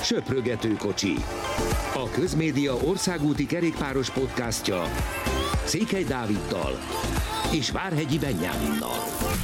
Söprögető kocsi. A Közmédia országúti kerékpáros podcastja Székely Dáviddal és Várhegyi Benyáminnal.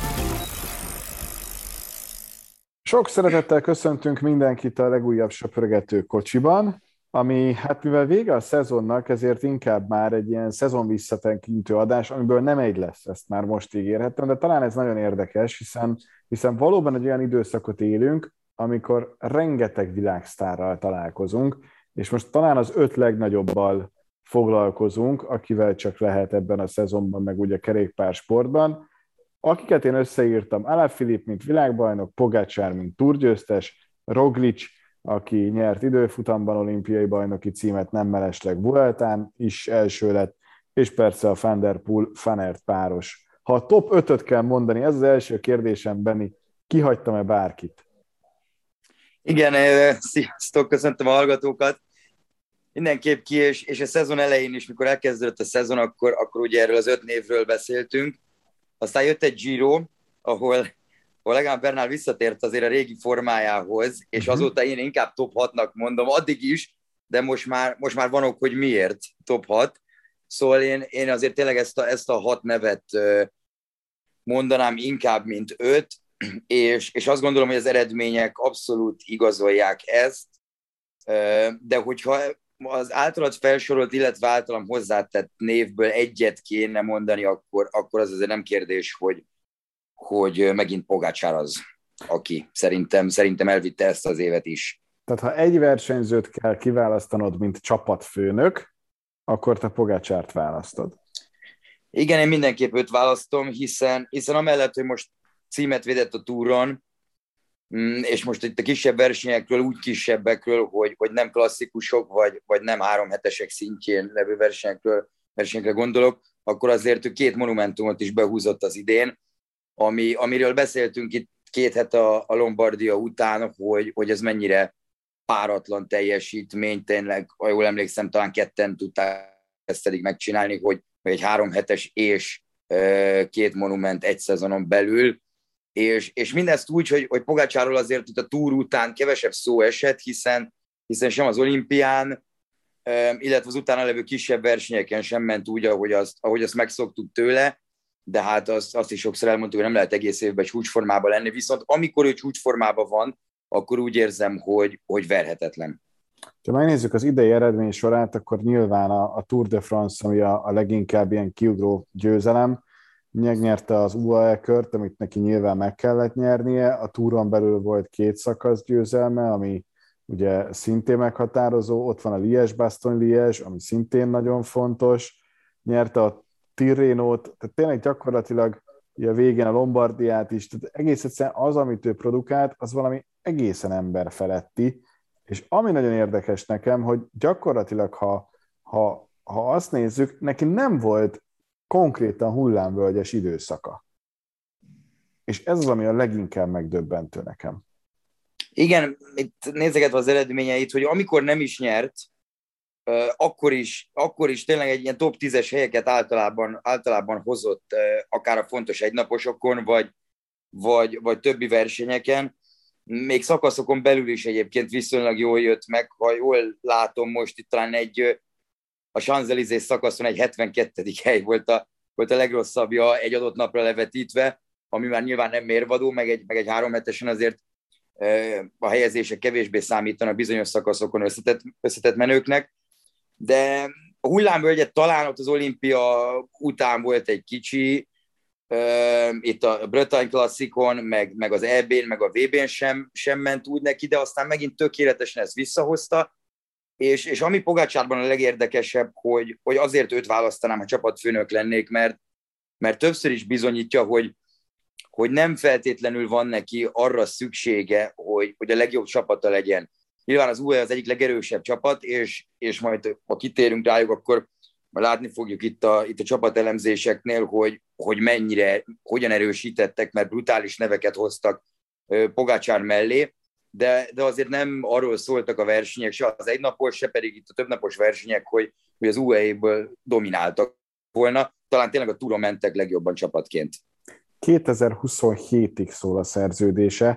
Sok szeretettel köszöntünk mindenkit a legújabb Söprögető kocsiban, ami mivel vége a szezonnak, ezért inkább már egy ilyen szezon visszatekintő adás, amiből nem egy lesz, ezt már most ígérhettem, de talán ez nagyon érdekes, hiszen valóban egy olyan időszakot élünk, amikor rengeteg világsztárral találkozunk, és most talán az 5 legnagyobbal foglalkozunk, akivel csak lehet ebben a szezonban, meg ugye kerékpársportban. Akiket én összeírtam: Alaphilippe, mint világbajnok, Pogačar, mint túrgyőztes, Roglič, aki nyert időfutamban olimpiai bajnoki címet, nem mellesleg Vueltán is első lett, és persze a Van der Poel-Van Aert páros. Ha a top 5-öt kell mondani, ez az első kérdésem, Benni, kihagytam-e bárkit? Igen, sziasztok, köszöntöm a hallgatókat. Mindenképp ki, és a szezon elején is, mikor elkezdődött a szezon, akkor ugye erről az 5 névről beszéltünk. Aztán jött egy Giro, ahol Egan Bernal visszatért azért a régi formájához, és azóta én inkább top 6-nak mondom, addig is, de most már van ok, hogy miért top 6. Szóval én azért tényleg ezt a 6 nevet mondanám inkább, mint 5, és azt gondolom, hogy az eredmények abszolút igazolják ezt, de hogyha az általad felsorolt, illetve általam hozzátett névből egyet kéne mondani, akkor az azért nem kérdés, hogy megint Pogačar az, aki szerintem elvitte ezt az évet is. Tehát ha egy versenyzőt kell kiválasztanod, mint csapatfőnök, akkor te Pogačart választod. Igen, én mindenképp őt választom, hiszen amellett, hogy most címet védett a túron, és most itt a kisebb versenyekről, úgy kisebbekről, hogy nem klasszikusok, vagy nem 3 hetesek szintjén levő versenyekre gondolok, akkor azért ő 2 monumentumot is behúzott az idén, amiről beszéltünk itt 2 hete a Lombardia után, hogy ez mennyire páratlan teljesítmény, tényleg, ha jól emlékszem, talán 2 tudták ezt eddig megcsinálni, hogy egy 3 hetes és 2 monument egy szezonon belül, és mindezt úgy, hogy Pogačarról azért itt a túr után kevesebb szó esett, hiszen sem az olimpián, illetve az utána levő kisebb versenyeken sem ment úgy, ahogy azt megszoktuk tőle, de hát azt is sokszor elmondtuk, hogy nem lehet egész évben csúcsformában lenni, viszont amikor ő csúcsformában van, akkor úgy érzem, hogy verhetetlen. Ha megnézzük az idei eredmény sorát, akkor nyilván a Tour de France, ami a leginkább ilyen kiugró győzelem, megnyerte az UAE-kört, amit neki nyilván meg kellett nyernie, a túron belül volt 2 szakasz győzelme, ami ugye szintén meghatározó, ott van a Liège-Bastogne-Liège, ami szintén nagyon fontos, nyerte a Tirrenót, tehát tényleg gyakorlatilag ugye a végén a Lombardiát is, tehát egész egyszerűen az, amit ő produkált, az valami egészen emberfeletti, és ami nagyon érdekes nekem, hogy gyakorlatilag, ha azt nézzük, neki nem volt konkrétan hullámvölgyes időszaka. És ez az, ami a leginkább megdöbbentő nekem. Igen, itt nézegetve az eredményeit, hogy amikor nem is nyert, akkor is tényleg egy ilyen top 10-es helyeket általában hozott, akár a fontos egynaposokon, vagy többi versenyeken. Még szakaszokon belül is egyébként viszonylag jól jött meg, ha jól látom most itt talán a Champs-Élysées szakaszon egy 72. hely volt a legrosszabbja egy adott napra levetítve, ami már nyilván nem mérvadó, meg egy 3 hetesen azért a helyezések kevésbé számítanak bizonyos szakaszokon összetett menőknek, de a hullámvölgyet talán ott az olimpia után volt egy kicsi, itt a Bretagne klasszikon, meg az EB-n, meg a VB-n sem ment úgy neki, de aztán megint tökéletesen ezt visszahozta, és ami Pogačarban a legérdekesebb, hogy azért őt választanám, ha csapatfőnök lennék, mert többször is bizonyítja, hogy nem feltétlenül van neki arra szüksége, hogy a legjobb csapata legyen. Nyilván az UAE az egyik legerősebb csapat, és majd ha kitérünk rájuk, akkor látni fogjuk itt a csapatelemzéseknél, hogy hogyan erősítettek, mert brutális neveket hoztak Pogačar mellé, de azért nem arról szóltak a versenyek, se az egynapos, se pedig itt a többnapos versenyek, hogy az UAE-ből domináltak volna. Talán tényleg a túron mentek legjobban csapatként. 2027-ig szól a szerződése,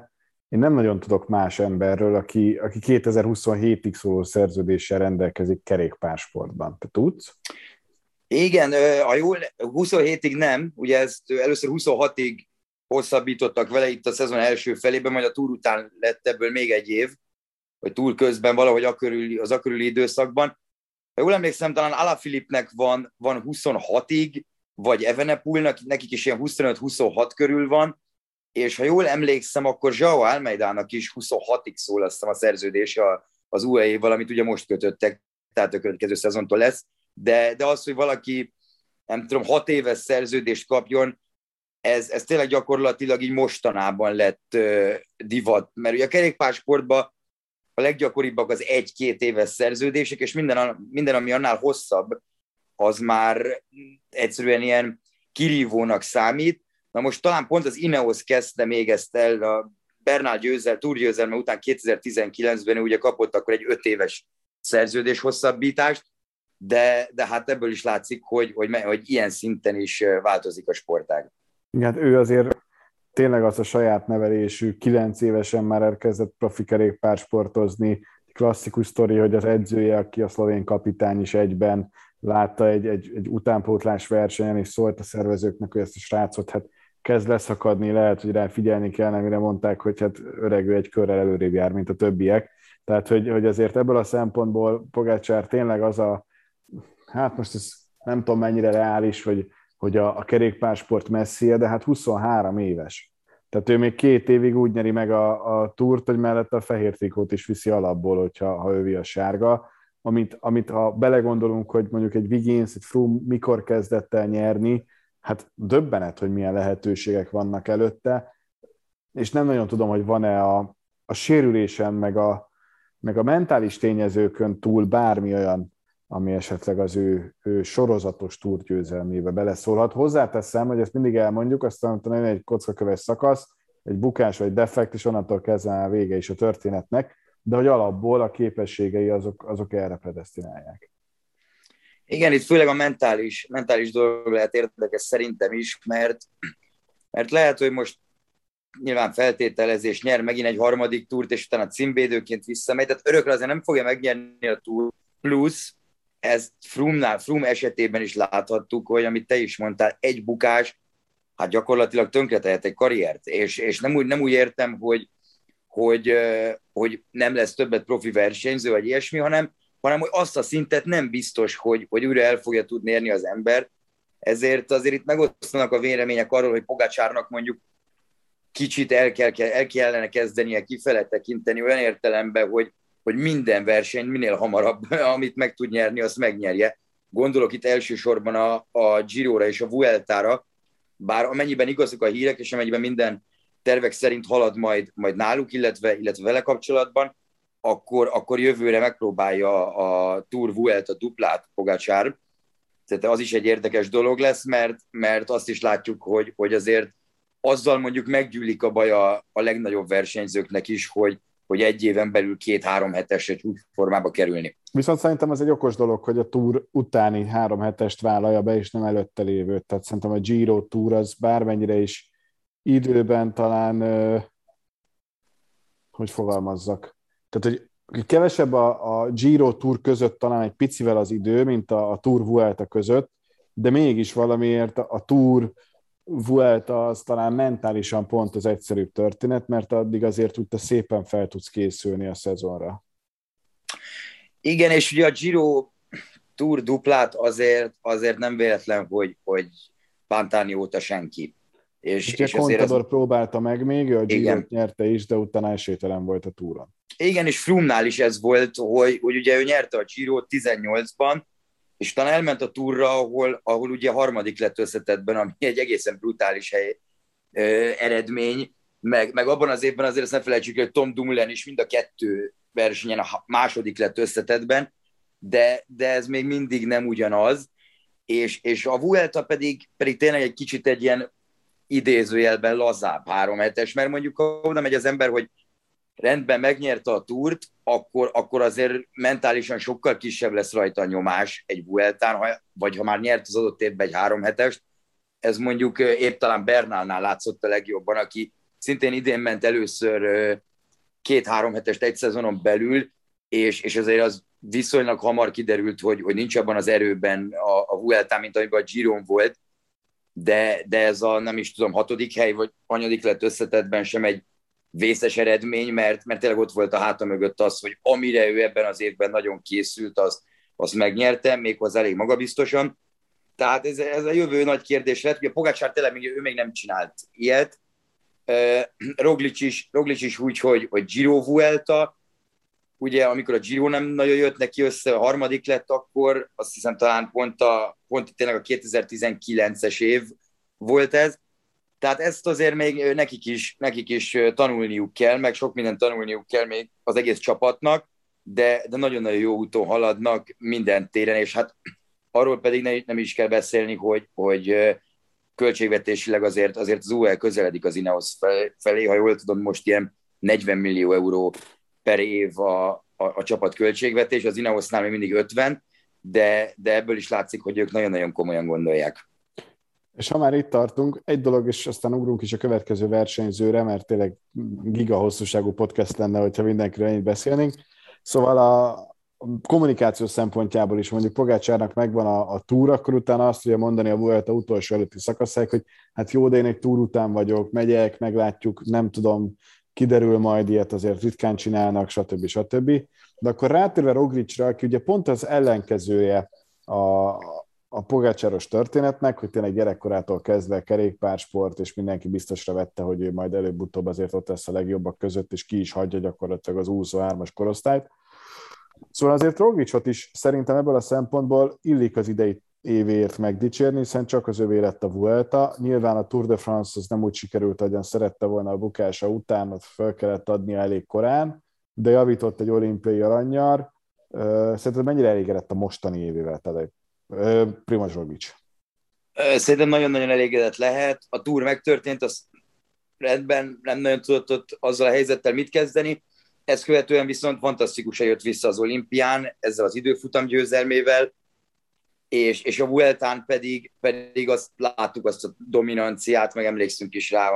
Én nem nagyon tudok más emberről, aki 2027-ig szóló szerződéssel rendelkezik kerékpársportban. Te tudsz? Igen, a jól 27-ig nem, ugye ezt először 26-ig hosszabbítottak vele itt a szezon első felében, majd a túr után lett ebből még egy év, vagy túr közben valahogy az akörüli időszakban. Ha jól emlékszem, talán Alaphilippnek van 26-ig, vagy Evenepoelnak, nekik is ilyen 25-26 körül van, és ha jól emlékszem, akkor João Almeidának is 26-ig szól azt hiszem a szerződés az UAE-val, amit ugye most kötöttek, tehát a következő szezontól lesz, de az, hogy valaki, nem tudom, 6 éves szerződést kapjon, ez tényleg gyakorlatilag így mostanában lett divat, mert ugye a kerékpársportban a leggyakoribbak az 1-2 éves szerződések, és minden, ami annál hosszabb, az már egyszerűen ilyen kirívónak számít. Na most talán pont az Ineos kezdte még ezt el, a Bernal túrgyőzelme után 2019-ben ugye kapott akkor egy 5 éves szerződés hosszabbítást, de hát ebből is látszik, hogy ilyen szinten is változik a sportág. Igen, ő azért tényleg az a saját nevelésű, 9 évesen már elkezdett profi kerékpársportozni. Klasszikus sztori, hogy az edzője, aki a szlovén kapitány is egyben látta egy utánpótlás versenyen, és szólt a szervezőknek, hogy ezt a srácot hát kezd leszakadni, lehet, hogy rá figyelni kellene, mire mondták, hogy hát öreg, ő egy körrel előrébb jár, mint a többiek. Tehát, hogy azért ebből a szempontból Pogačar tényleg az hát most ez nem tudom mennyire reális, hogy a kerékpársport messzie, de hát 23 éves. Tehát ő még 2 évig úgy nyeri meg a túrt, hogy mellette a fehér trikót is viszi alapból, ha övi a sárga. Amit ha belegondolunk, hogy mondjuk egy Wiggins, egy Froome mikor kezdett el nyerni, hát döbbenet, hogy milyen lehetőségek vannak előtte, és nem nagyon tudom, hogy van-e a sérülésen, meg a mentális tényezőkön túl bármi olyan, ami esetleg az ő sorozatos túrgyőzelmébe beleszólhat. Hozzáteszem, hogy ezt mindig elmondjuk, aztán jön egy kockaköves szakasz, egy bukás vagy defekt, és onnantól kezdve a vége is a történetnek, de hogy alapból a képességei azok erre predesztinálják. Igen, itt főleg a mentális dolog lehet érdekes szerintem is, mert lehet, hogy most nyilván feltételezés nyer megint egy harmadik túrt, és utána címvédőként visszamegy, tehát örökre azért nem fogja megnyerni a túr, plusz ezt Froome esetében is láthattuk, hogy amit te is mondtál, egy bukás, hát gyakorlatilag tönkretehet egy karriert, és nem úgy értem, hogy nem lesz többet profi versenyző, vagy ilyesmi, hanem hogy azt a szintet nem biztos, hogy újra el fogja tudni érni az ember. Ezért azért itt megosztanak a vélemények arról, hogy Pogačarnak mondjuk kicsit el kellene kezdenie kifele tekinteni olyan értelemben, hogy minden versenyt minél hamarabb, amit meg tud nyerni, azt megnyerje. Gondolok itt elsősorban a Girora és a Vueltára, bár amennyiben igazak a hírek, és amennyiben minden tervek szerint halad majd náluk, illetve vele kapcsolatban, akkor jövőre megpróbálja a Tour Vuelta duplát Pogačar. Tehát az is egy érdekes dolog lesz, mert azt is látjuk, hogy azért azzal mondjuk meggyűlik a baj a legnagyobb versenyzőknek is, hogy egy éven belül 2-3 hetes egy formába kerülni. Viszont szerintem ez egy okos dolog, hogy a Tour utáni 3 hetest vállalja be, és nem előtte lévőt. Tehát szerintem a Giro Tour az bármennyire is időben talán, hogy fogalmazzak. Tehát, hogy kevesebb a Giro Tour között talán egy picivel az idő, mint a Tour Vuelta között, de mégis valamiért a Tour Vuelta az talán mentálisan pont az egyszerűbb történet, mert addig azért úgy te szépen fel tudsz készülni a szezonra. Igen, és ugye a Giro Tour duplát azért nem véletlen, hogy Pantani óta senki. És Contador próbálta meg még, ő a Girot nyerte is, de utána esélytelen volt a túron. Igen, és Froome-nál is ez volt, hogy ugye ő nyerte a Girot 18-ban, és utána elment a túrra, ahol ugye harmadik lett összetettben, ami egy egészen brutális eredmény, meg abban az évben azért ezt ne felejtsük, hogy Tom Dumoulin is mind a 2 versenyen a második lett összetettben, de ez még mindig nem ugyanaz, és a Vuelta pedig tényleg egy kicsit egy ilyen idézőjelben lazább 3 hetes, mert mondjuk ha oda megy az ember, hogy rendben megnyerte a túrt, akkor azért mentálisan sokkal kisebb lesz rajta a nyomás egy Vueltán, vagy ha már nyert az adott évben egy 3 hetest. Ez mondjuk épp talán Bernalnál látszott a legjobban, aki szintén idén ment először 2-3 hetest egy szezonon belül, és azért az viszonylag hamar kiderült, hogy nincs abban az erőben a Vuelta, mint amiben a Giron volt, de ez a nem is tudom, 6. hely, vagy hanyadik lett összetettben sem egy vészes eredmény, mert tényleg ott volt a háta mögött az, hogy amire ő ebben az évben nagyon készült, azt megnyerte, méghozzá elég magabiztosan. Tehát ez a jövő nagy kérdés lett, ugye Pogačar tényleg ő még nem csinált ilyet. Roglic is úgy, hogy Giro Vuelta, ugye amikor a Giro nem nagyon jött neki össze, a harmadik lett akkor, azt hiszem talán pont tényleg a 2019-es év volt ez. Tehát ezt azért még nekik is tanulniuk kell, meg sok mindent tanulniuk kell még az egész csapatnak, de nagyon-nagyon jó úton haladnak minden téren, és hát arról pedig nem is kell beszélni, hogy költségvetésileg azért az UAE közeledik az Ineos felé, ha jól tudom, most ilyen 40 millió euró per év a csapat költségvetés, az Ineosnál még mindig 50, de ebből is látszik, hogy ők nagyon-nagyon komolyan gondolják. És ha már itt tartunk, egy dolog, és aztán ugrunk is a következő versenyzőre, mert tényleg giga hosszúságú podcast lenne, hogyha mindenkiről ennyit beszélnénk. Szóval a kommunikáció szempontjából is mondjuk Pogačarnak megvan a túr, akkor utána azt tudja mondani a Vuelta utolsó előtti szakaszáig, hogy hát jó, de én egy túr után vagyok, megyek, meglátjuk, nem tudom, kiderül majd, ilyet azért ritkán csinálnak, stb. De akkor rátérve Roglicra, aki ugye pont az ellenkezője a Pogačaros történetnek, hogy tényleg gyerekkorától kezdve kerékpársport, és mindenki biztosra vette, hogy ő majd előbb-utóbb azért ott lesz a legjobbak között, és ki is hagyja gyakorlatilag az 23-as korosztályt. Szóval azért Roglicot is szerintem ebből a szempontból illik az idei évéért megdicsérni, hiszen csak az övé lett a Vuelta. Nyilván a Tour de France az nem úgy sikerült, ahogyan szerette volna a bukása után, ott fel kellett adnia elég korán, de javított egy olimpiai arannyal. Szerintem mennyire elégedett a mostani évével, tehát Primož Roglič? Szerintem nagyon-nagyon elégedett lehet. A Tour megtörtént, az rendben, nem nagyon tudott ott azzal a helyzettel mit kezdeni. Ezt követően viszont fantasztikusan jött vissza az olimpián, ezzel az időfutam győzelmével, és a Vueltán pedig azt láttuk, azt a dominanciát, meg emlékszünk is rá,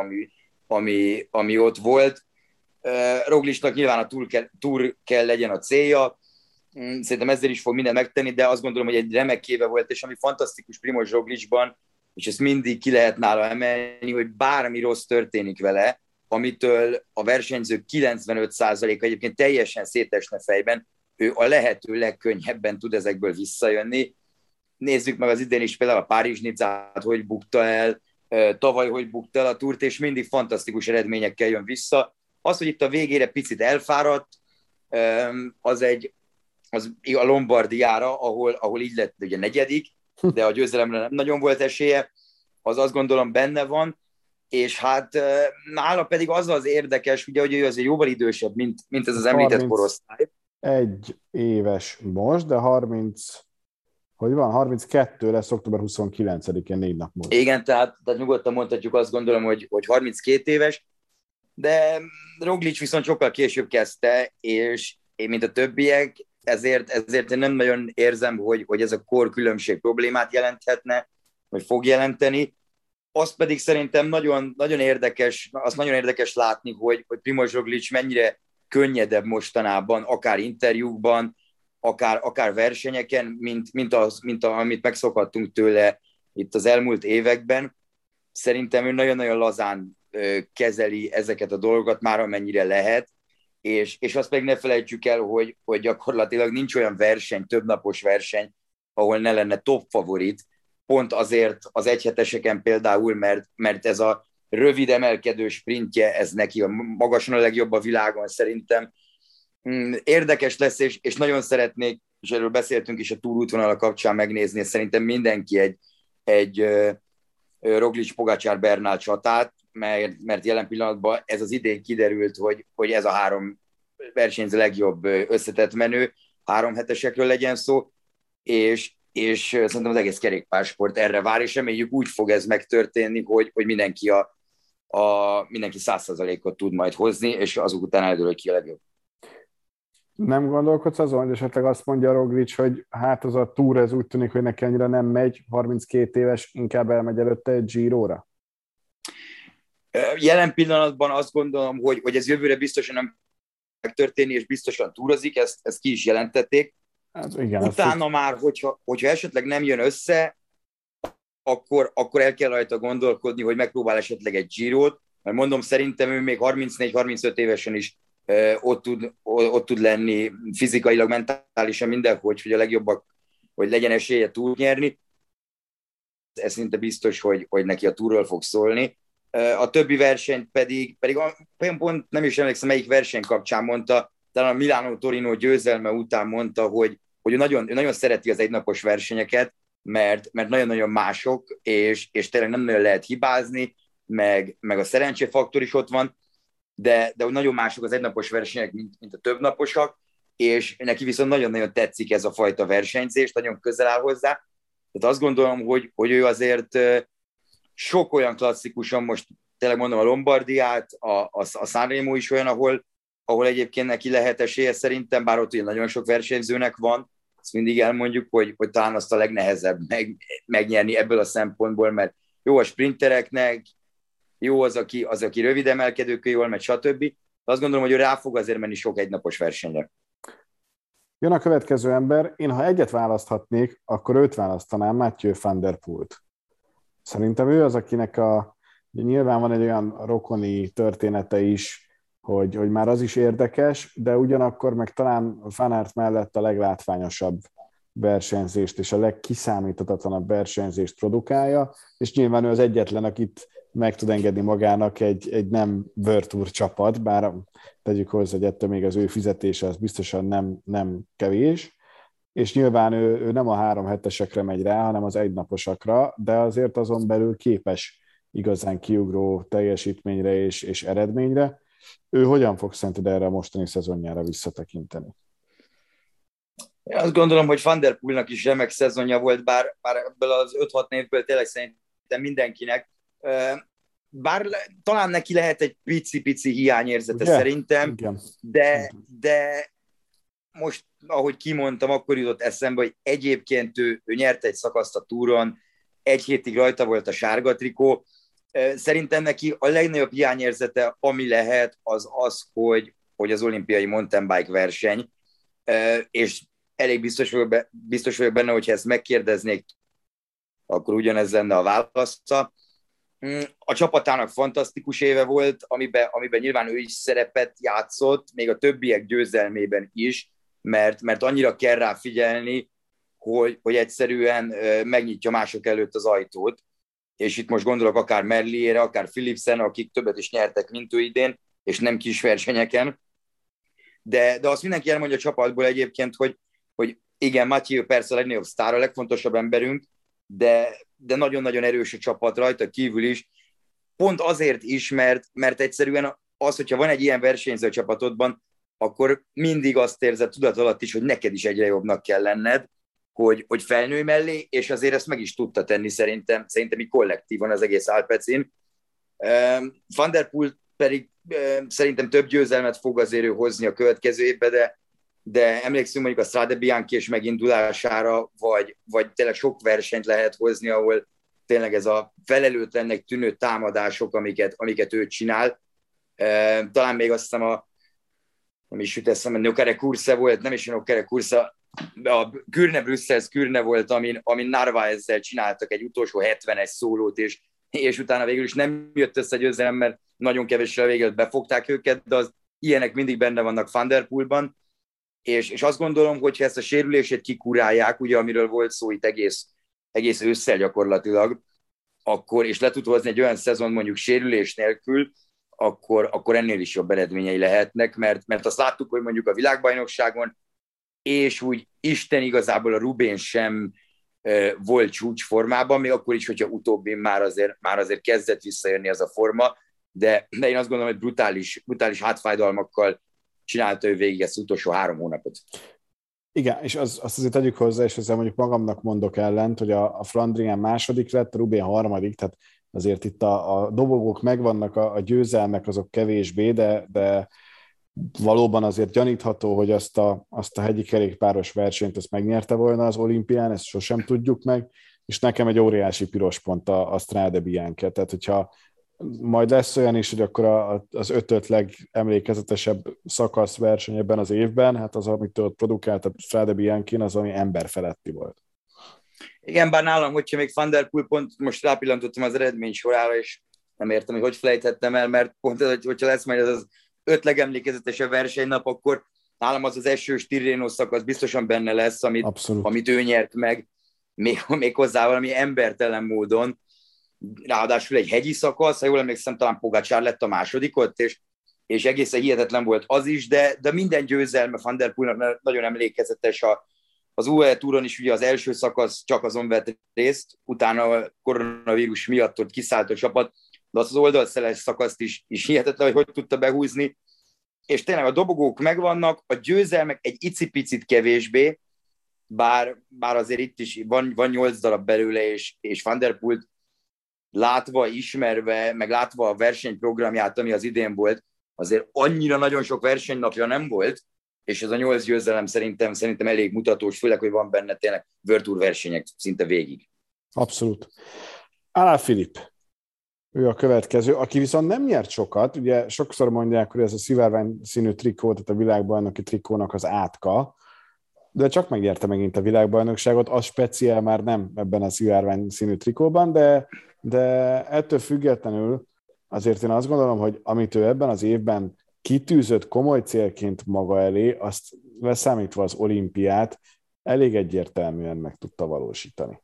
ami ott volt. Roglicnak nyilván a Tour kell legyen a célja, szerintem ezzel is fog mindent megtenni, de azt gondolom, hogy egy remek éve volt, és ami fantasztikus Primož Roglicban, és ezt mindig ki lehet nála emelni, hogy bármi rossz történik vele, amitől a versenyzők 95%-a egyébként teljesen szétesne fejben, ő a lehető legkönnyebben tud ezekből visszajönni. Nézzük meg az idén is például a Párizs-Nizzát, hogy bukta el, tavaly hogy bukta el a Tourt, és mindig fantasztikus eredményekkel jön vissza. Az, hogy itt a végére picit elfáradt, az a Lombardiára, ahol így lett ugye negyedik, de a győzelemre nem nagyon volt esélye, az azt gondolom benne van, és hát nála pedig az érdekes, ugye, hogy ő azért jóval idősebb, mint ez az említett korosztály. 31 éves most, de 32 lesz október 29-én 4 nap múlva. Igen, tehát nyugodtan mondhatjuk, azt gondolom, hogy 32 éves, de Roglic viszont sokkal később kezdte, és én, mint a többiek, ezért én nem nagyon érzem, hogy ez a korkülönbség problémát jelenthetne, vagy fog jelenteni. Azt pedig szerintem nagyon érdekes látni, hogy Primož Roglic mennyire könnyedebb mostanában, akár interjúkban, akár versenyeken, mint amit megszokhattunk tőle itt az elmúlt években. Szerintem ő nagyon-nagyon lazán kezeli ezeket a dolgokat már amennyire lehet, és azt meg ne felejtsük el, hogy gyakorlatilag nincs olyan verseny, többnapos verseny, ahol ne lenne top favorit, pont azért az egyheteseken például, mert ez a rövid emelkedő sprintje, ez neki magasan a legjobb a világon szerintem. Érdekes lesz, és nagyon szeretnék, és erről beszéltünk is a túrútvonala kapcsán megnézni, szerintem mindenki egy Roglic-Pogačar-Bernal csatát, mert jelen pillanatban ez az idén kiderült, hogy ez a 3 versenyző legjobb összetett menő, 3 hetesekről legyen szó, és szerintem az egész kerékpársport erre vár, és reméljük úgy fog ez megtörténni, hogy mindenki mindenki 100%-ot tud majd hozni, és azok után eldől, ki a legjobb. Nem gondolkodsz azon, hogy esetleg azt mondja Roglic, hogy hát az a túr, ez úgy tűnik, hogy neki annyira nem megy, 32 éves, inkább elmegy előtte egy Giróra? Jelen pillanatban azt gondolom, hogy ez jövőre biztosan nem megtörténni, és biztosan túrozik, ezt ki is jelentették. Hát igen, utána már, hogyha esetleg nem jön össze, akkor el kell rajta gondolkodni, hogy megpróbál esetleg egy Girót, mert mondom, szerintem ő még 34-35 évesen is ott tud lenni fizikailag, mentálisan mindenhogy, hogy a legjobbak, hogy legyen esélye túlnyerni. Ez szinte biztos, hogy neki a túról fog szólni. A többi versenyt pedig pont nem is emlékszem, melyik verseny kapcsán mondta, talán a Milano-Torino győzelme után mondta, hogy ő nagyon szereti az egynapos versenyeket, mert nagyon-nagyon mások, és tényleg nem nagyon lehet hibázni, meg a szerencsefaktor is ott van, de nagyon mások az egynapos versenyek, mint a többnaposak, és neki viszont nagyon-nagyon tetszik ez a fajta versenyzés, nagyon közel áll hozzá. Tehát azt gondolom, hogy ő azért sok olyan klasszikusan, most tényleg mondom a Lombardiát, a Sanremo is olyan, ahol egyébként neki lehet esélye szerintem, bár ott ugye nagyon sok versenyzőnek van, azt mindig elmondjuk, hogy talán azt a legnehezebb megnyerni ebből a szempontból, mert jó a sprintereknek, jó az, aki rövid emelkedőkön jól megy, stb. De azt gondolom, hogy ő rá fog azért menni sok egynapos versenyre. Jön a következő ember. Én, ha egyet választhatnék, akkor őt választanám, Mathieu van der Poelt. Szerintem ő az, akinek nyilván van egy olyan rokoni története is, hogy már az is érdekes, de ugyanakkor meg talán Van Aert mellett a leglátványosabb versenyzést és a legkiszámíthatatlanabb versenyzést produkálja, és nyilván ő az egyetlen, akit meg tud engedni magának egy nem World Tour csapat, bár tegyük hozzá, hogy ettől még az ő fizetése az biztosan nem kevés, és nyilván ő nem a 3 hetesekre megy rá, hanem az egynaposakra, de azért azon belül képes igazán kiugró teljesítményre és eredményre. Ő hogyan fog szerinted erre a mostani szezonjára visszatekinteni? Én azt gondolom, hogy Van der Poelnak is remek szezonja volt, bár ebből az 5-6 névből tényleg szerintem mindenkinek. Bár talán neki lehet egy pici hiányérzete szerintem, de most, ahogy kimondtam, akkor jutott eszembe, hogy egyébként ő nyerte egy szakaszt a túron, 1 hétig rajta volt a sárga trikó. Szerintem neki a legnagyobb hiányérzete, ami lehet, az, hogy az olimpiai mountain bike verseny, és elég biztos vagyok benne, hogyha ezt megkérdeznék, akkor ugyanez lenne a válasza. A csapatának fantasztikus éve volt, amiben nyilván ő is szerepet játszott, még a többiek győzelmében is, mert annyira kell rá figyelni, hogy egyszerűen megnyitja mások előtt az ajtót. És itt most gondolok akár Merlierre, akár Philipsen, akik többet is nyertek, mint ő idén, és nem kis versenyeken. De azt mindenki elmondja a csapatból egyébként, hogy igen, Mathieu persze a legnagyobb sztár, a legfontosabb emberünk, de nagyon-nagyon erős a csapat rajta kívül is. Pont azért is, mert egyszerűen az, hogyha van egy ilyen versenyző a csapatodban, akkor mindig azt érzed tudat alatt is, hogy neked is egyre jobbnak kell lenned, hogy felnőj mellé, és azért ezt meg is tudta tenni szerintem így kollektívan az egész Alpecin. Van der Poel pedig szerintem több győzelmet fog azért ő hozni a következő évben, de emlékszünk mondjuk a Strade Bianchi megindulására, vagy tényleg sok versenyt lehet hozni, ahol tényleg ez a felelőtlennek tűnő támadások, amiket ő csinál. Talán még azt hiszem nem is jut eszembe, Nokere Kurse volt, nem is a Nokere Kurse, a Kürne volt, amin Narvaezzel csináltak egy utolsó 70-es szólót, és utána végül is nem jött össze győzelem, mert nagyon kevéssel végül befogták őket, de az ilyenek mindig benne vannak Van der Poelban, és azt gondolom, hogy ha ezt a sérülését kikurálják, ugye amiről volt szó itt egész ősszel gyakorlatilag, akkor, és le tud hozni egy olyan szezon mondjuk sérülés nélkül, akkor ennél is jobb eredményei lehetnek, mert azt láttuk, hogy mondjuk a világbajnokságon, és úgy Isten igazából a Rubén sem volt csúcsformában, még akkor is, hogyha utóbbi már azért kezdett visszajönni az a forma, de én azt gondolom, hogy brutális hátfájdalmakkal csinálta ő végig ezt utolsó 3 hónapot. Igen, és azt azért tegyük hozzá, és ezzel mondjuk magamnak mondok ellent, hogy a Flandrien második lett, a Rubén harmadik, tehát azért itt a dobogók megvannak, a győzelmek azok kevésbé, de valóban azért gyanítható, hogy azt a hegyi kerékpáros versenyt azt megnyerte volna az olimpián, ezt sosem tudjuk meg, és nekem egy óriási piros pont a Strade Bianchi. Tehát, hogyha majd lesz olyan is, hogy akkor az 5 legemlékezetesebb szakaszverseny ebben az évben, hát az, amit ott produkált a Strade Bianchina, az, ami emberfeletti volt. Igen, bár nálam, hogyha még Van der Poel pont most rápillantottam az eredmény sorára, és nem értem, hogy felejthettem el, mert pont ez, hogyha lesz majd az 5 legemlékezetesebb versenynap, akkor nálam az esős Tirreno szakasz biztosan benne lesz, amit ő nyert meg, még hozzá valami embertelen módon. Ráadásul egy hegyi szakasz, ha jól emlékszem, talán Pogačar lett a második ott, és egészen hihetetlen volt az is, de minden győzelme Van der Poelnak nagyon emlékezetes. Az UAE Touron is ugye az első szakasz csak azon vett részt, utána a koronavírus miatt ott kiszállt a csapat, de az oldalszeles szakaszt is hihetetlen, hogy tudta behúzni, és tényleg a dobogók megvannak, a győzelmek egy icipicit kevésbé, bár azért itt is van 8 darab belőle, és Van der Poelt látva, ismerve, meg látva a versenyprogramját, ami az idén volt, azért annyira nagyon sok versenynapja nem volt, és ez a 8 győzelem szerintem elég mutatós, főleg, hogy van benne tényleg World Tour versenyek szinte végig. Abszolút. Alaphilippe, ő a következő, aki viszont nem nyert sokat, ugye sokszor mondják, hogy ez a szivárvány színű trikó, tehát a világbajnoki trikónak az átka, de csak megnyerte megint a világbajnokságot, az speciál már nem ebben a szivárvány színű trikóban, de ettől függetlenül azért én azt gondolom, hogy amit ő ebben az évben kitűzött komoly célként maga elé, azt leszámítva az olimpiát, elég egyértelműen meg tudta valósítani.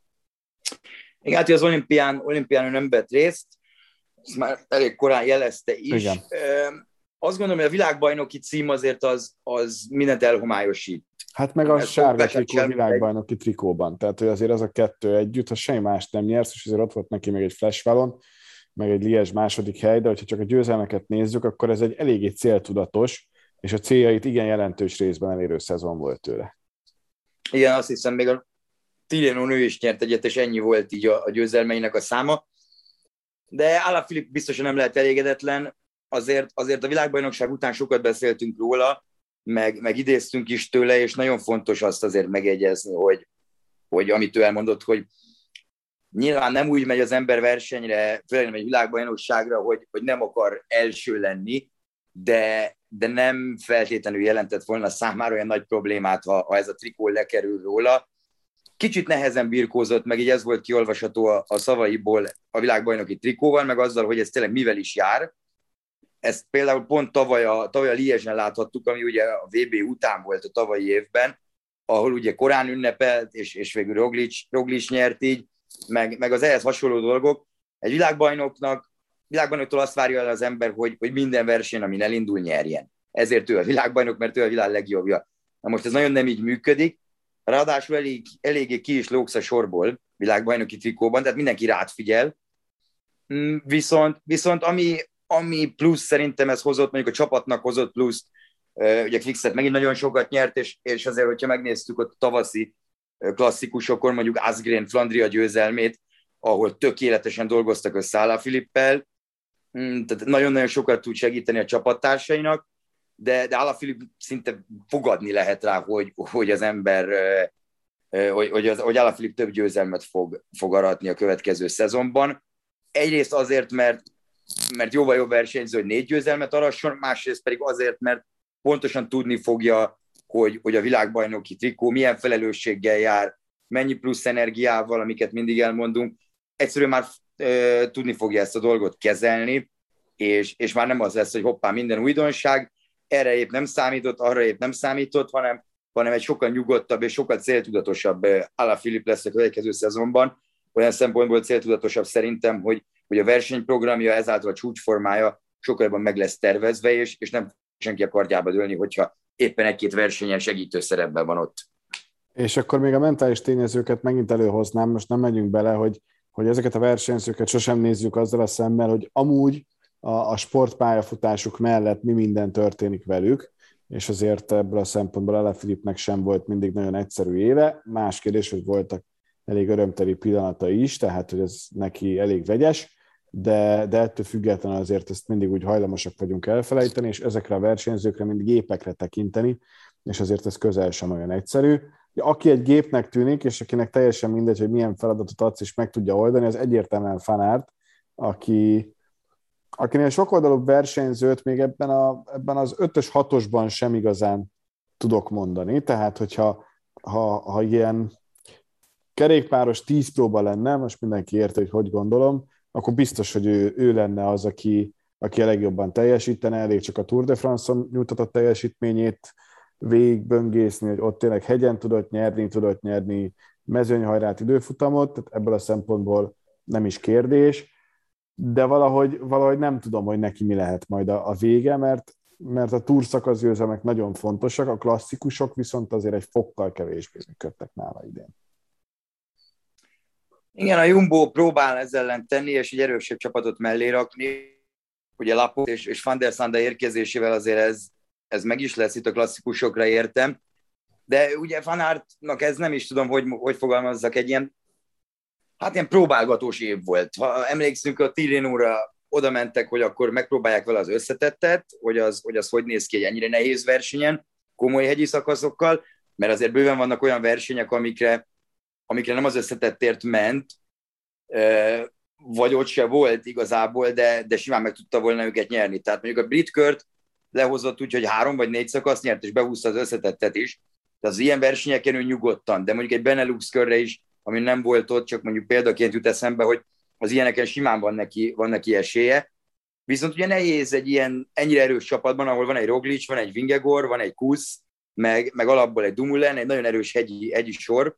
Igen, hát az olimpián ő nem vett részt, ezt már elég korán jelezte is. Igen. Azt gondolom, hogy a világbajnoki cím azért az mindent elhomályosít. Hát meg a sárga trikó világbajnoki trikóban. Tehát, hogy azért az a 2 együtt, ha semmi mást nem nyersz, és azért ott volt neki még egy Flashvallon, meg egy Liège második hely, de hogyha csak a győzelmeket nézzük, akkor ez egy eléggé céltudatos, és a céljait igen jelentős részben elérő szezon volt tőle. Igen, azt hiszem, még a Tirreno ő is nyert egyet, és ennyi volt így a győzelmeinek a száma. De Alaphilippe biztosan nem lehet elégedetlen, azért a világbajnokság után sokat beszéltünk róla, meg idéztünk is tőle, és nagyon fontos azt azért megjegyezni, hogy amit ő elmondott, hogy nyilván nem úgy megy az ember versenyre, főleg egy világbajnokságra, hogy nem akar első lenni, de nem feltétlenül jelentett volna számára olyan nagy problémát, ha ez a trikó lekerül róla. Kicsit nehezen birkózott, meg így ez volt kiolvasható a szavaiból a világbajnoki trikóval, meg azzal, hogy ez tényleg mivel is jár. Ezt például pont tavaly a Liège-en láthattuk, ami ugye a VB után volt a tavalyi évben, ahol ugye korán ünnepelt, és végül Roglic nyert így, meg az ehhez hasonló dolgok. Egy világbajnoktól azt várja el az ember, hogy minden verseny, amin elindul, nyerjen. Ezért ő a világbajnok, mert ő a világ legjobbja. Na most ez nagyon nem így működik, ráadásul eléggé ki is lógsz a sorból világbajnoki trikóban, tehát mindenki rád figyel. Viszont ami plusz szerintem ez hozott, mondjuk a csapatnak hozott pluszt, ugye Quickstep megint nagyon sokat nyert, és azért, hogyha megnéztük ott tavaszi klasszikusokon, mondjuk Asgreen Flandria győzelmét, ahol tökéletesen dolgoztak össze Alaphilippel, tehát nagyon-nagyon sokat tud segíteni a csapattársainak, de Alaphilippe szinte fogadni lehet rá, hogy az ember, hogy Alaphilippe több győzelmet fog aratni a következő szezonban. Egyrészt azért, mert jóval jobb versenyző, hogy 4 győzelmet arasson, másrészt pedig azért, mert pontosan tudni fogja, hogy a világbajnoki trikó milyen felelősséggel jár, mennyi plusz energiával, amiket mindig elmondunk. Egyszerűen már tudni fogja ezt a dolgot kezelni, és már nem az lesz, hogy hoppá, minden újdonság, erre épp nem számított, arra épp nem számított, hanem egy sokkal nyugodtabb és sokkal céltudatosabb Alaphilippe lesz a következő szezonban. Olyan szempontból céltudatosabb szerintem, hogy a versenyprogramja, ezáltal a csúcsformája sokkal jobban meg lesz tervezve, és nem senki a kardjába dőlni, hogyha éppen 1-2 versenyen segítő szerepben van ott. És akkor még a mentális tényezőket megint előhoznám, most nem megyünk bele, hogy ezeket a versenyzőket sosem nézzük azzal a szemmel, hogy amúgy a sportpályafutásuk mellett mi minden történik velük, és azért ebből a szempontból Alaphilippe-nek sem volt mindig nagyon egyszerű éve. Más kérdés, hogy voltak elég örömteli pillanatai is, tehát hogy ez neki elég vegyes, de ettől függetlenül azért ezt mindig úgy hajlamosak vagyunk elfelejteni, és ezekre a versenyzőkre mind gépekre tekinteni, és azért ez közel sem olyan egyszerű. Aki egy gépnek tűnik, és akinek teljesen mindegy, hogy milyen feladatot adsz, és meg tudja oldani, az egyértelműen Van Aert, aki akinél sokoldalú versenyzőt még ebben az 5-ös, 6-osban sem igazán tudok mondani. Tehát, hogyha ilyen kerékpáros 10 próba lenne, most mindenki érte, hogy gondolom, akkor biztos, hogy ő lenne az, aki a legjobban teljesítene, elég csak a Tour de France-on nyújtatott teljesítményét végigböngészni, hogy ott tényleg hegyen tudott nyerni mezőnyhajrát, időfutamot, tehát ebből a szempontból nem is kérdés, de valahogy nem tudom, hogy neki mi lehet majd a vége, mert a Tour szakaszgyőzelmek nagyon fontosak, a klasszikusok viszont azért egy fokkal kevésbé működtek nála idén. Igen, a Jumbo próbál ezzel ellen tenni, és egy erősebb csapatot mellé rakni. Ugye Laporte és Van der Sande érkezésével azért ez meg is lesz, itt a klasszikusokra értem. De ugye Van Aertnak ez nem is tudom, hogy fogalmazzak, egy ilyen próbálgatós év volt. Ha emlékszünk, a Tirrenóra oda mentek, hogy akkor megpróbálják vele az összetettet, hogy az hogy néz ki egy ennyire nehéz versenyen, komoly hegyi szakaszokkal, mert azért bőven vannak olyan versenyek, amikre nem az összetettért ment, vagy ott se volt igazából, de simán meg tudta volna őket nyerni. Tehát mondjuk a brit kört lehozott úgy, hogy 3 vagy 4 szakasz nyert, és behúzta az összetettet is. Tehát az ilyen versenyeken ő nyugodtan, de mondjuk egy Benelux körre is, ami nem volt ott, csak mondjuk példaként jut eszembe, hogy az ilyeneken simán van neki esélye. Viszont ugye nehéz egy ilyen ennyire erős csapatban, ahol van egy Roglic, van egy Vingegaard, van egy Kusz, meg alapból egy Dumoulin, egy nagyon erős hegyi sor.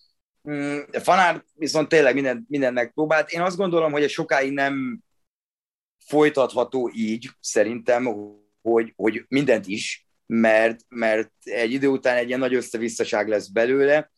Van Aert viszont tényleg mindent megpróbált. Én azt gondolom, hogy ez sokáig nem folytatható így, szerintem, hogy mindent is, mert egy idő után egy ilyen nagy összevisszaság lesz belőle.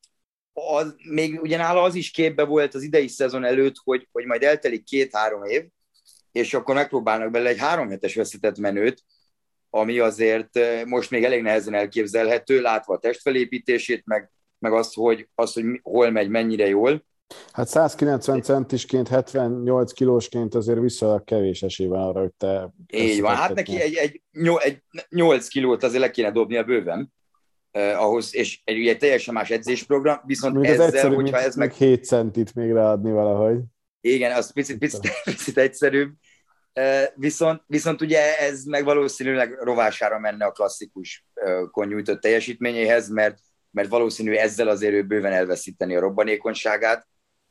Még ugye nála az is képbe volt az idei szezon előtt, hogy majd eltelik 2-3 év, és akkor megpróbálnak belőle egy 3 hetes összetett menőt, ami azért most még elég nehezen elképzelhető, látva a testfelépítését, meg azt, hogy hol megy, mennyire jól. Hát 190 centisként, 78 kilósként azért viszonylag kevés esély van arra, hogy te... Így van, hát neki egy 8 kilót azért le kéne dobnia bőven, ahhoz, és egy teljesen más edzésprogram, viszont még ezzel, egyszerű, hogyha ez meg... 7 centit még leadni valahogy. Igen, az picit egyszerűbb. Viszont ugye ez meg valószínűleg rovására menne a klasszikuskon nyújtott teljesítményéhez, mert valószínű ezzel azért ő bőven elveszíteni a robbanékonyságát.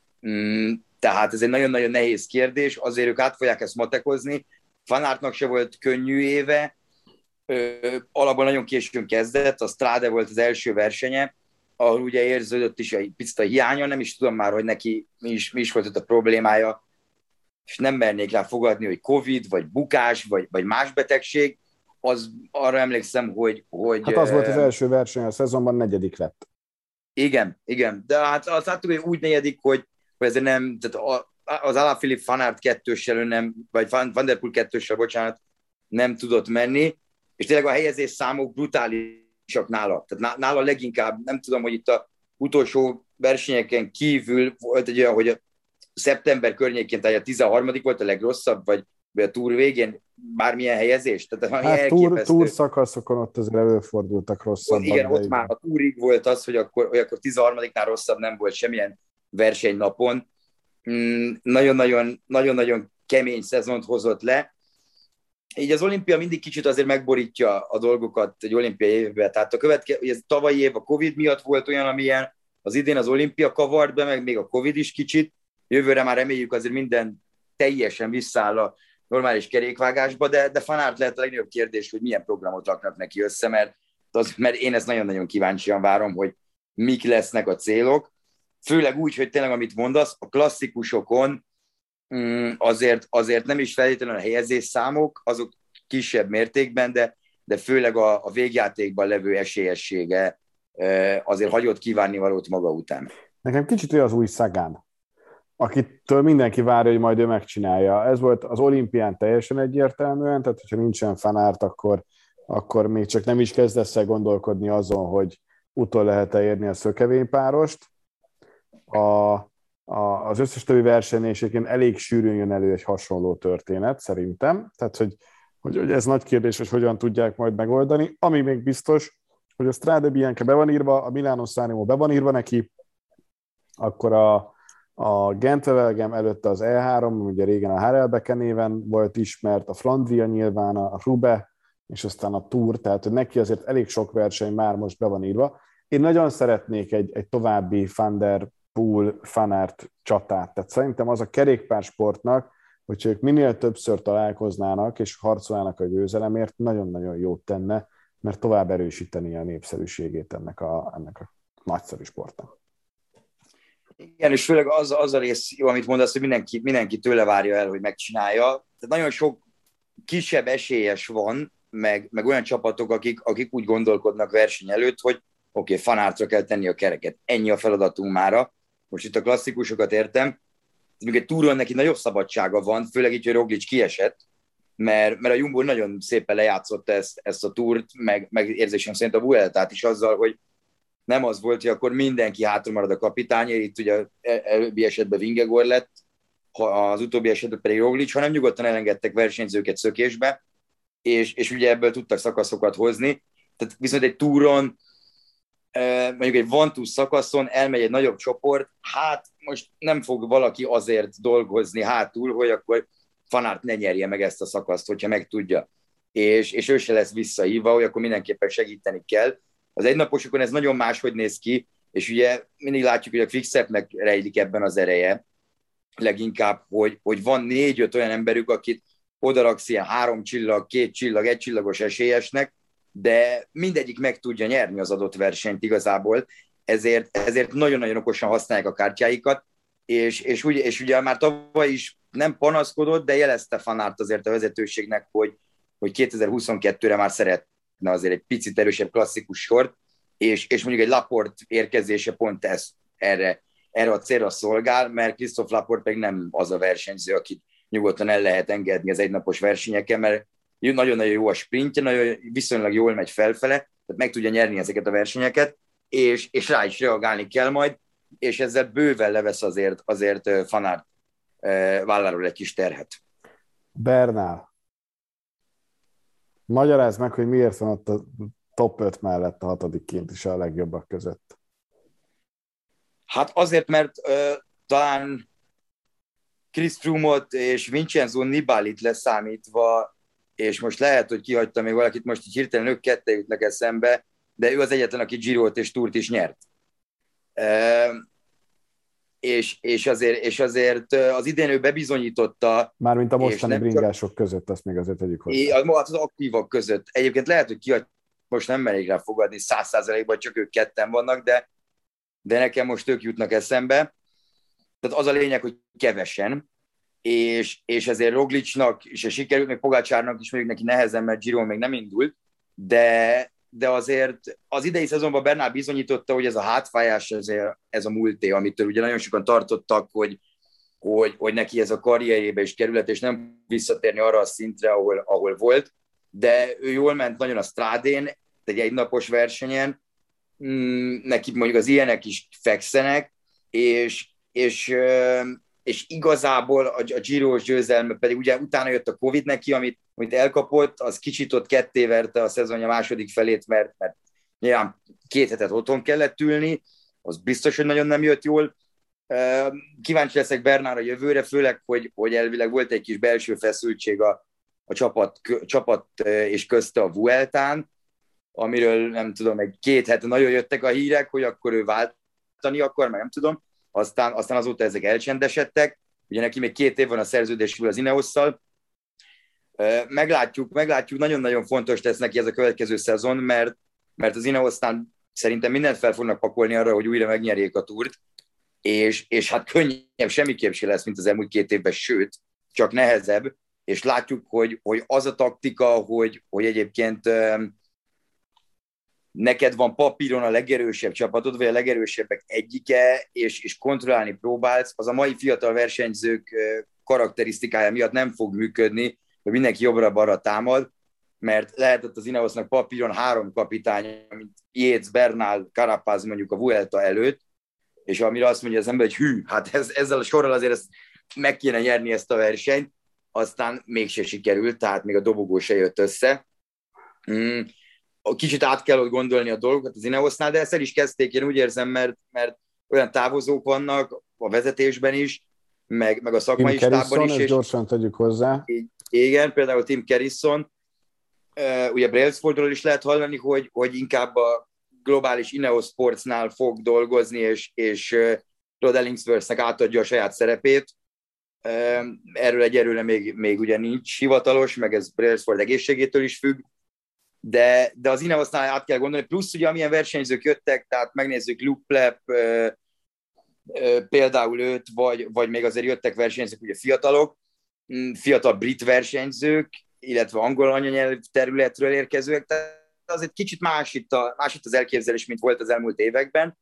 Tehát ez egy nagyon-nagyon nehéz kérdés, azért ők át fogják ezt matekozni. Van Aertnak se volt könnyű éve, alapban nagyon későn kezdett, a Strade volt az első versenye, ahol ugye érződött is egy picit a hiánya, nem is tudom már, hogy neki mi is volt ott a problémája, és nem mernék rá fogadni, hogy Covid, vagy bukás, vagy más betegség. Arra emlékszem, hogy... Hát az volt az első verseny, a szezonban 4. lett. Igen, de hát azt láttuk, hogy úgy 4, hogy ezért nem, tehát az Alaphilippe Van Aert 2-sel nem, vagy Van der Poel 2-sel, bocsánat, nem tudott menni, és tényleg a helyezés számok brutálisak nála. Tehát nála leginkább, nem tudom, hogy itt a utolsó versenyeken kívül volt egy olyan, hogy a szeptember környékén, tehát a 13. volt a legrosszabb, vagy a Tour végén bármilyen helyezés. Tehát hát túr szakaszokon ott azért előfordultak rosszabban. Igen, ott már a Tourig volt az, hogy akkor 13-nál rosszabb nem volt semmilyen versenynapon. Nagyon-nagyon kemény szezont hozott le. Így az olimpia mindig kicsit azért megborítja a dolgokat egy olimpiai évben. Tehát ez tavalyi év a Covid miatt volt olyan, amilyen, az idén az olimpia kavart be, meg még a Covid is kicsit. Jövőre már reméljük azért minden teljesen visszáll a normális kerékvágásba, de Van Aert lehet a legnagyobb kérdés, hogy milyen programot raknak neki össze, mert én ezt nagyon-nagyon kíváncsian várom, hogy mik lesznek a célok. Főleg úgy, hogy tényleg, amit mondasz, a klasszikusokon azért nem is feltétlenül a helyezés számok, azok kisebb mértékben, de főleg a végjátékban levő esélyessége azért hagyott kívánnivalót maga után. Nekem kicsit olyan az új Sagan, akitől mindenki várja, hogy majd ő megcsinálja. Ez volt az olimpián teljesen egyértelműen, tehát hogyha nincsen Van Aert, akkor még csak nem is kezdesz el gondolkodni azon, hogy utol lehet-e érni a szökevénypárost. Az összes többi versenéseken elég sűrűn jön elő egy hasonló történet, szerintem. Tehát, hogy ez nagy kérdés, hogy hogyan tudják majd megoldani. Ami még biztos, hogy a Strade Bianche be van írva, a Milano Sanremo be van írva neki, akkor A Gent-Wevelgem, előtte az E3, ugye régen a Harelbeke néven volt ismert, a Flandria nyilván, a Roubaix, és aztán a Tour, tehát neki azért elég sok verseny már most be van írva. Én nagyon szeretnék egy további Van der Poel, Van Aert csatát, tehát szerintem az a kerékpársportnak, hogyha ők minél többször találkoznának és harcolnának a győzelemért, nagyon-nagyon jót tenne, mert tovább erősíteni a népszerűségét ennek a nagyszerű sportnak. Igen, és főleg az a rész, jó, amit mondasz, hogy mindenki tőle várja el, hogy megcsinálja. Tehát nagyon sok kisebb esélyes van, meg olyan csapatok, akik úgy gondolkodnak verseny előtt, hogy oké, Van Aertra kell tenni a kereket. Ennyi a feladatunk mára. Most itt a klasszikusokat értem. Még egy túron neki nagyobb szabadsága van, főleg így, hogy Roglic kiesett, mert a Jumbo nagyon szépen lejátszotta ezt a túrt, meg érzésem szerint a Vueltát is azzal, hogy nem az volt, hogy akkor mindenki hátra marad a kapitányért, itt ugye előbbi esetben Vingegaard lett, az utóbbi esetben pedig Roglic, hanem nyugodtan elengedtek versenyzőket szökésbe, és ugye ebből tudtak szakaszokat hozni. Tehát viszont egy túron, mondjuk egy Van-Tú szakaszon elmegy egy nagyobb csoport, hát most nem fog valaki azért dolgozni hátul, hogy akkor Van Aert ne nyerje meg ezt a szakaszt, hogyha meg tudja. És ő se lesz visszahívva, hogy akkor mindenképpen segíteni kell. Az egynaposokon ez nagyon máshogy néz ki, és ugye mindig látjuk, hogy a Quickstepnek rejlik ebben az ereje, leginkább, hogy van 4-5 olyan emberük, akit odaraksz ilyen 3 csillag, 2 csillag, 1 csillagos esélyesnek, de mindegyik meg tudja nyerni az adott versenyt igazából, ezért nagyon-nagyon okosan használják a kártyáikat, és ugye már tavaly is nem panaszkodott, de jelezte Van Aert azért a vezetőségnek, hogy 2022-re már szeretne azért egy picit erősebb klasszikus sort, és mondjuk egy Laporte érkezése pont erre a célra szolgál, mert Christophe Laporte pedig nem az a versenyző, akit nyugodtan el lehet engedni az egynapos versenyeken, mert nagyon-nagyon jó a sprintje, viszonylag jól megy felfele, tehát meg tudja nyerni ezeket a versenyeket, és rá is reagálni kell majd, és ezzel bőven levesz azért Van Aert válláról egy kis terhet. Bernál, magyarázd meg, hogy miért van ott a top 5 mellett a 6. kint is a legjobbak között. Hát azért, mert talán Chris Froome-ot és Vincenzo Nibalit leszámítva, és most lehet, hogy kihagytam még valakit, most így hirtelen ők kettő jutnak eszembe, de ő az egyetlen, aki Girot és Tourt is nyert. És azért az idén ő bebizonyította. Mármint a mostani bringások között, azt még azért tegyük hozzá. Az aktívak között. Egyébként lehet, hogy kihagy, most nem merik rá fogadni 100%-ban, csak ők ketten vannak, de nekem most ők jutnak eszembe. Tehát az a lényeg, hogy kevesen, és ezért Roglicnak is sikerült, még Pogačarnak is mondjuk neki nehezen, mert Giro még nem indult, de azért az idei szezonban Bernal bizonyította, hogy ez a hátfájás, ez a múlté, amitől ugye nagyon sokan tartottak, hogy neki ez a karrierjébe is kerület, és nem visszatérni arra a szintre, ahol volt, de ő jól ment nagyon a Strádén, egy egynapos versenyen, neki mondjuk az ilyenek is fekszenek, és igazából a Giros győzelme pedig ugye utána jött a Covid neki, amit elkapott, az kicsit ott kettéverte a szezonja második felét, mert nyilván 2 hetet otthon kellett ülni, az biztos, hogy nagyon nem jött jól. Kíváncsi leszek Bernálra jövőre, főleg, hogy elvileg volt egy kis belső feszültség a csapat és közte a Vueltán, amiről nem tudom, egy 2 hete nagyon jöttek a hírek, hogy akkor ő váltani akar, meg nem tudom. Aztán azóta ezek elcsendesedtek. Ugye neki még 2 év van a szerződésből az Ineosszal. Meglátjuk, nagyon-nagyon fontos lesz neki ez a következő szezon, mert az Ineosztán szerintem mindent fel fognak pakolni arra, hogy újra megnyerjék a túrt, és hát könnyebb semmiképp se lesz, mint az elmúlt 2 évben, sőt, csak nehezebb, és látjuk, hogy az a taktika, hogy egyébként neked van papíron a legerősebb csapatod, vagy a legerősebbek egyike, és kontrollálni próbálsz, az a mai fiatal versenyzők karakterisztikája miatt nem fog működni, hogy mindenki jobbra-balra támad, mert lehetett az Ineosnak papíron 3 kapitány, mint Yates, Bernal, Carapaz mondjuk a Vuelta előtt, és amire azt mondja az ember, hogy hű, hát ezzel a sorral azért meg kéne nyerni ezt a versenyt, aztán mégse sikerült, tehát még a dobogó se jött össze. Kicsit át kell gondolni a dolgokat az Ineosnál, de ezt el is kezdték, én úgy érzem, mert olyan távozók vannak, a vezetésben is, meg a szakmai Tim stábban is. És gyorsan tegyük hozzá. Igen, például Tim Kerrison. Ugye Brailsfordról is lehet hallani, hogy inkább a globális Ineos Sportsnál fog dolgozni, és Rod Ellingsworthnek átadja a saját szerepét. Erről egyelőre még ugye nincs hivatalos, meg ez Brailsford egészségétől is függ, de az Ineosnál át kell gondolni, plusz ugye amilyen versenyzők jöttek, tehát megnézzük Luke Plepp, például őt, vagy még azért jöttek versenyzők, ugye fiatal brit versenyzők, illetve angol anyanyelv területről érkezőek, tehát azért kicsit más itt az elképzelés, mint volt az elmúlt években,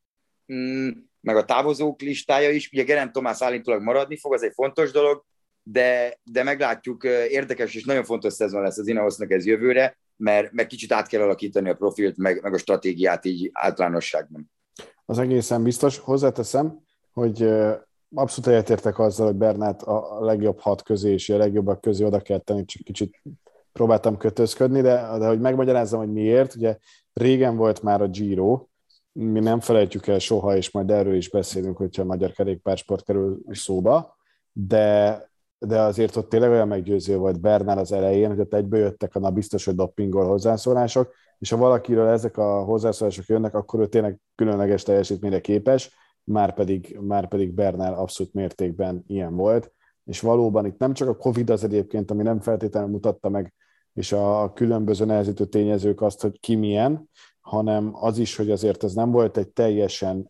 meg a távozók listája is, ugye Geraint Thomas állítólag maradni fog, az egy fontos dolog, de meglátjuk, érdekes és nagyon fontos szezon lesz az Ineosnak ez jövőre, mert kicsit át kell alakítani a profilt, meg a stratégiát így általánosságban. Az egészen biztos. Hozzáteszem, hogy abszolút egyetértek azzal, hogy Bernát a legjobb 6 közé és a legjobbak közé oda kell tenni, csak kicsit próbáltam kötözködni, de hogy megmagyarázzam, hogy miért, ugye régen volt már a Giro, mi nem felejtjük el soha, és majd erről is beszélünk, hogyha a magyar kerékpársport kerül szóba, de azért ott tényleg olyan meggyőző volt Bernál az elején, hogy ott egyből jöttek a biztos, hogy doppingol hozzászólások, és ha valakiről ezek a hozzászólások jönnek, akkor ő tényleg különleges teljesítményre képes, már pedig Bernál abszolút mértékben ilyen volt, és valóban itt nem csak a Covid az egyébként, ami nem feltétlenül mutatta meg, és a különböző nehezítő tényezők azt, hogy ki milyen, hanem az is, hogy azért ez nem volt egy teljesen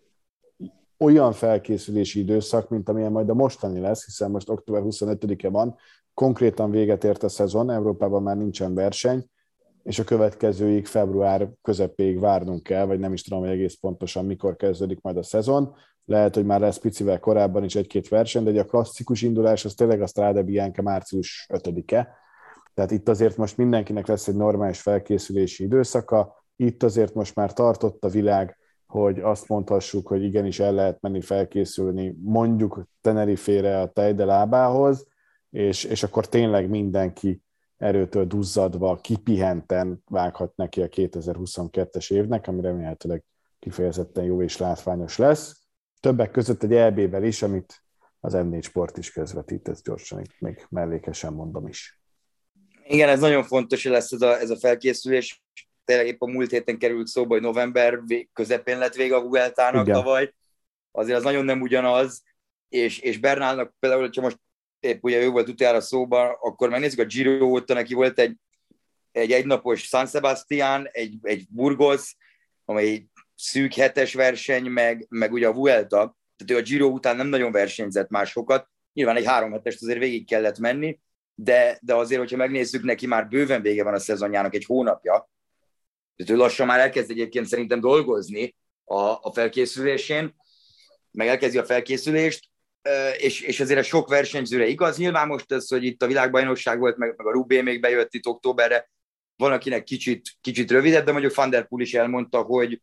olyan felkészülési időszak, mint amilyen majd a mostani lesz, hiszen most október 25-e van, konkrétan véget ért a szezon, Európában már nincsen verseny, és a következőig február közepéig várnunk kell, vagy nem is tudom, hogy egész pontosan mikor kezdődik majd a szezon. Lehet, hogy már lesz picivel korábban is egy-két verseny, de egy a klasszikus indulás az tényleg a Strade Bianca március 5-e. Tehát itt azért most mindenkinek lesz egy normális felkészülési időszaka, itt azért most már tartott a világ, hogy azt mondhassuk, hogy igenis el lehet menni felkészülni mondjuk Tenerife-re a Teide lábához, és akkor tényleg mindenki erőtől duzzadva, kipihenten vághat neki a 2022-es évnek, ami remélhetőleg kifejezetten jó és látványos lesz. Többek között egy EB-vel is, amit az M4 Sport is közvetít, ezt gyorsan még mellékesen mondom is. Igen, ez nagyon fontos, hogy lesz ez a felkészülés. Tényleg épp a múlt héten került szóba, hogy november közepén lett vége a Vueltának tavaly. Azért az nagyon nem ugyanaz, és Bernálnak például, hogyha most épp ugye ő volt utoljára szóban, akkor megnézzük a Giro óta, neki volt egy egynapos San Sebastián, egy Burgos, amely szűk 7-es verseny, meg ugye a Vuelta, tehát ő a Giro után nem nagyon versenyzett másokat, nyilván egy 3 hetest azért végig kellett menni, de azért, hogyha megnézzük, neki már bőven vége van a szezonjának, egy hónapja, tehát ő lassan már elkezd egyébként szerintem dolgozni a felkészülésén, meg elkezdi a felkészülést, és azért a sok versenyzőre igaz. Nyilván most ez, hogy itt a világbajnokság volt, meg a Roubaix még bejött itt októberre, van akinek kicsit rövidebb, de mondjuk Van der Poel is elmondta,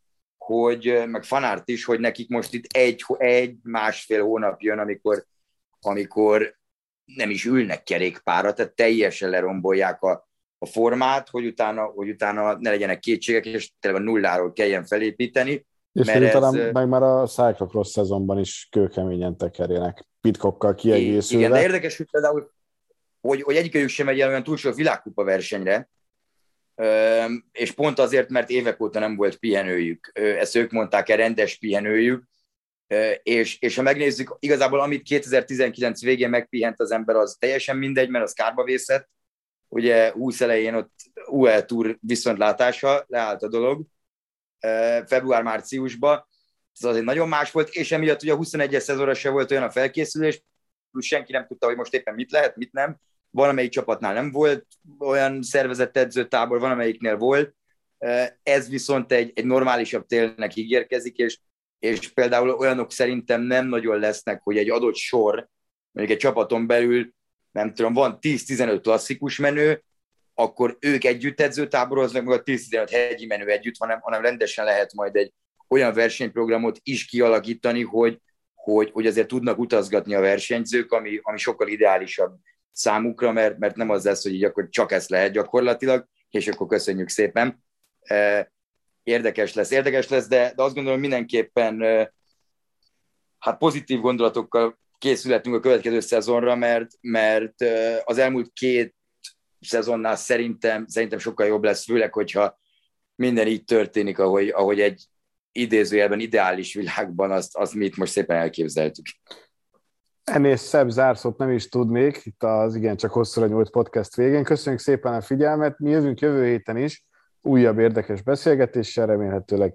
hogy meg Van Aert is, hogy nekik most itt egy-másfél hónap jön, amikor nem is ülnek kerékpárra, tehát teljesen lerombolják a formát, hogy utána ne legyenek kétségek, és tényleg a nulláról kelljen felépíteni. És utána meg már a cyclocross szezonban is kőkeményen tekerjenek, Pidcockkal kiegészülve. Igen, de érdekes, hogy például, hogy egyikőjük sem megy el olyan túl sok világkupa versenyre, és pont azért, mert évek óta nem volt pihenőjük. Ezt ők mondták el, rendes pihenőjük, és ha megnézzük, igazából amit 2019 végén megpihent az ember, az teljesen mindegy, mert az kárba vészett. Ugye 20 elején ott UL Tour viszontlátása, leállt a dolog, február-márciusban, ez azért nagyon más volt, és emiatt ugye a 21-es szezonra se volt olyan a felkészülés, senki nem tudta, hogy most éppen mit lehet, mit nem. Valamelyik csapatnál nem volt olyan szervezett edzőtábor, van amelyiknél volt. Ez viszont egy normálisabb télnek ígérkezik, és például olyanok szerintem nem nagyon lesznek, hogy egy adott sor, mondjuk egy csapaton belül, nem tudom, van 10-15 klasszikus menő, akkor ők együtt edzőtáboroznak, meg a 10-15 hegyi menő együtt, hanem rendesen lehet majd egy olyan versenyprogramot is kialakítani, hogy azért tudnak utazgatni a versenyzők, ami sokkal ideálisabb számukra, mert nem az lesz, hogy így akkor csak ezt lehet gyakorlatilag, és akkor köszönjük szépen. Érdekes lesz, de azt gondolom mindenképpen hát pozitív gondolatokkal készülhetünk a következő szezonra, mert az elmúlt 2 szezonnál szerintem sokkal jobb lesz, főleg, hogyha minden így történik, ahogy egy idézőjelben ideális világban azt mi itt most szépen elképzeltük. Ennél szebb zárszót nem is tudnék itt az igencsak hosszúra nyúlt podcast végén. Köszönjük szépen a figyelmet, mi jövünk jövő héten is újabb érdekes beszélgetéssel, remélhetőleg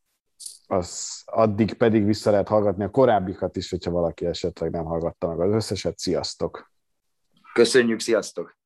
addig pedig vissza lehet hallgatni a korábbikat is, hogyha valaki esetleg nem hallgatta meg az összeset. Sziasztok! Köszönjük, sziasztok!